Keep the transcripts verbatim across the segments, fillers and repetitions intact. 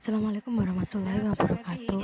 Assalamualaikum warahmatullahi wabarakatuh.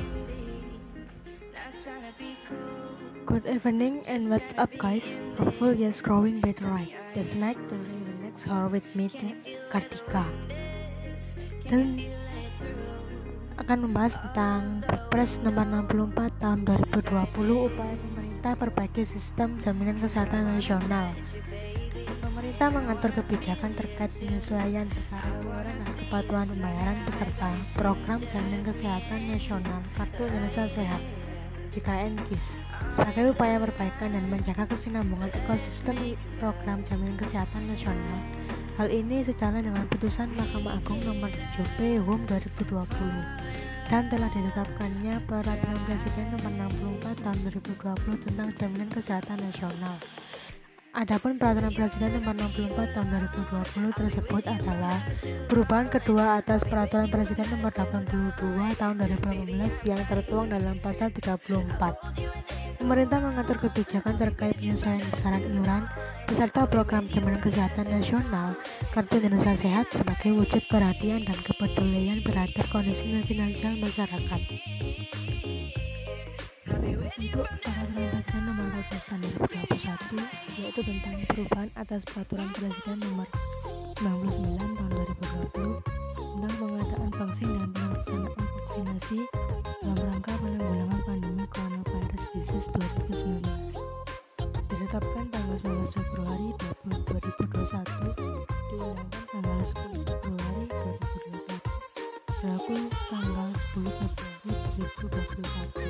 Good evening and what's up guys? Hopeful yes growing better right. That's night during the next hour with me Kartika. Dan akan membahas tentang Perpres nomor enam puluh empat tahun dua ribu dua puluh upaya pemerintah perbaiki sistem jaminan kesehatan nasional. Pemerintah mengatur kebijakan terkait penyesuaian besaran iuran dan kepatuhan pembayaran peserta Program Jaminan Kesehatan Nasional Kartu Indonesia Sehat (J K N K I S) sebagai upaya perbaikan dan menjaga kesinambungan ekosistem Program Jaminan Kesehatan Nasional. Hal ini sejalan dengan putusan Mahkamah Agung nomor tujuh P H U M dua ribu dua puluh dan telah ditetapkannya Peraturan Presiden nomor enam puluh empat tahun dua ribu dua puluh tentang Jaminan Kesehatan Nasional. Adapun Peraturan Presiden nomor enam puluh empat tahun dua ribu dua puluh tersebut adalah perubahan kedua atas Peraturan Presiden nomor delapan puluh dua tahun dua ribu delapan belas yang tertuang dalam pasal tiga puluh empat. Pemerintah mengatur kebijakan terkait penyesuaian besaran iuran peserta Program Jaminan Kesehatan Nasional Kartu Indonesia Sehat sebagai wujud perhatian dan kepedulian terhadap kondisi finansial masyarakat. Untuk Peraturan Presiden nomor empat belas tahun dua ribu dua puluh satu yaitu tentang perubahan atas Peraturan Presiden nomor sembilan puluh sembilan tahun dua ribu dua puluh tentang pengadaan vaksin dan pelaksanaan vaksinasi dalam rangka penanggulangan pandemi coronavirus disease dua ribu sembilan belas. Ditetapkan tanggal sembilan belas Februari dua ribu dua puluh satu, diundangkan tanggal sepuluh Februari dua ribu dua puluh empat, berlaku tanggal sepuluh Februari dua ribu dua puluh satu.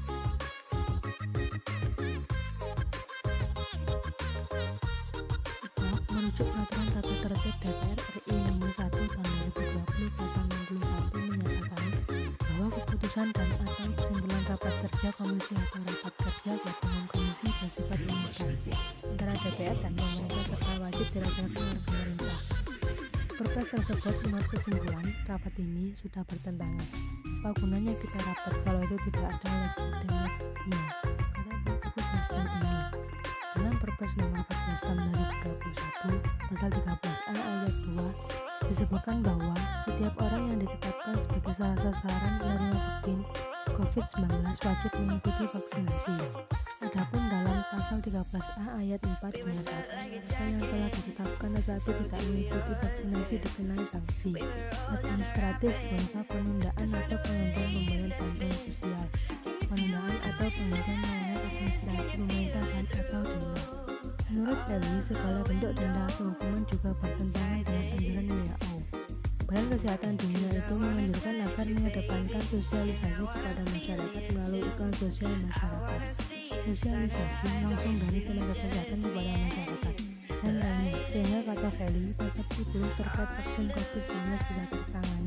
Merujuk Peraturan Tata Tertib D P R R I nomor satu tahun dua ribu dua puluh pasal enam puluh satu menyatakan bahwa keputusan dan atau kesimpulan rapat kerja komisi atau rapat kerja gabungan komisi bersifat demokratis antara D P R dan pemerintah serta wajib dilaksanakan oleh pemerintah. Perpres tersebut menurut kesimpulan rapat ini sudah bertentangan. Apa gunanya kita rapat kalau itu tidak ada legitimasinya? Karena berikut sistem ini. Dalam Perpres nomor empat belas tahun dua ribu dua puluh satu pasal tiga belas A ayat dua disebutkan bahwa setiap orang yang ditetapkan sebagai salah sasaran penerima vaksin covid sembilan belas wajib mengikuti vaksinasi. Adapun dalam pasal tiga belas A ayat empat menyatakan mereka yang telah ditetapkan tetapi tidak mengikuti vaksinasi dikenai sanksi administratif berupa penundaan atau penghentian pemberian bantuan sosial, penundaan atau penghentian layanan administrasi pemerintah dan atau denda. Menurut Eli, segala bentuk denda atau hukuman juga bertentangan dengan anjuran W H O. Badan Kesehatan Dunia itu menganjurkan agar mengedepankan sosialisasi kepada masyarakat melalui iklan sosial masyarakat, sosialisasi langsung dari tenaga kesehatan kepada masyarakat, dan lainnya, sehingga kata Feli, persepsi buruk terkait vaksin covid sembilan belas bisa tertangani.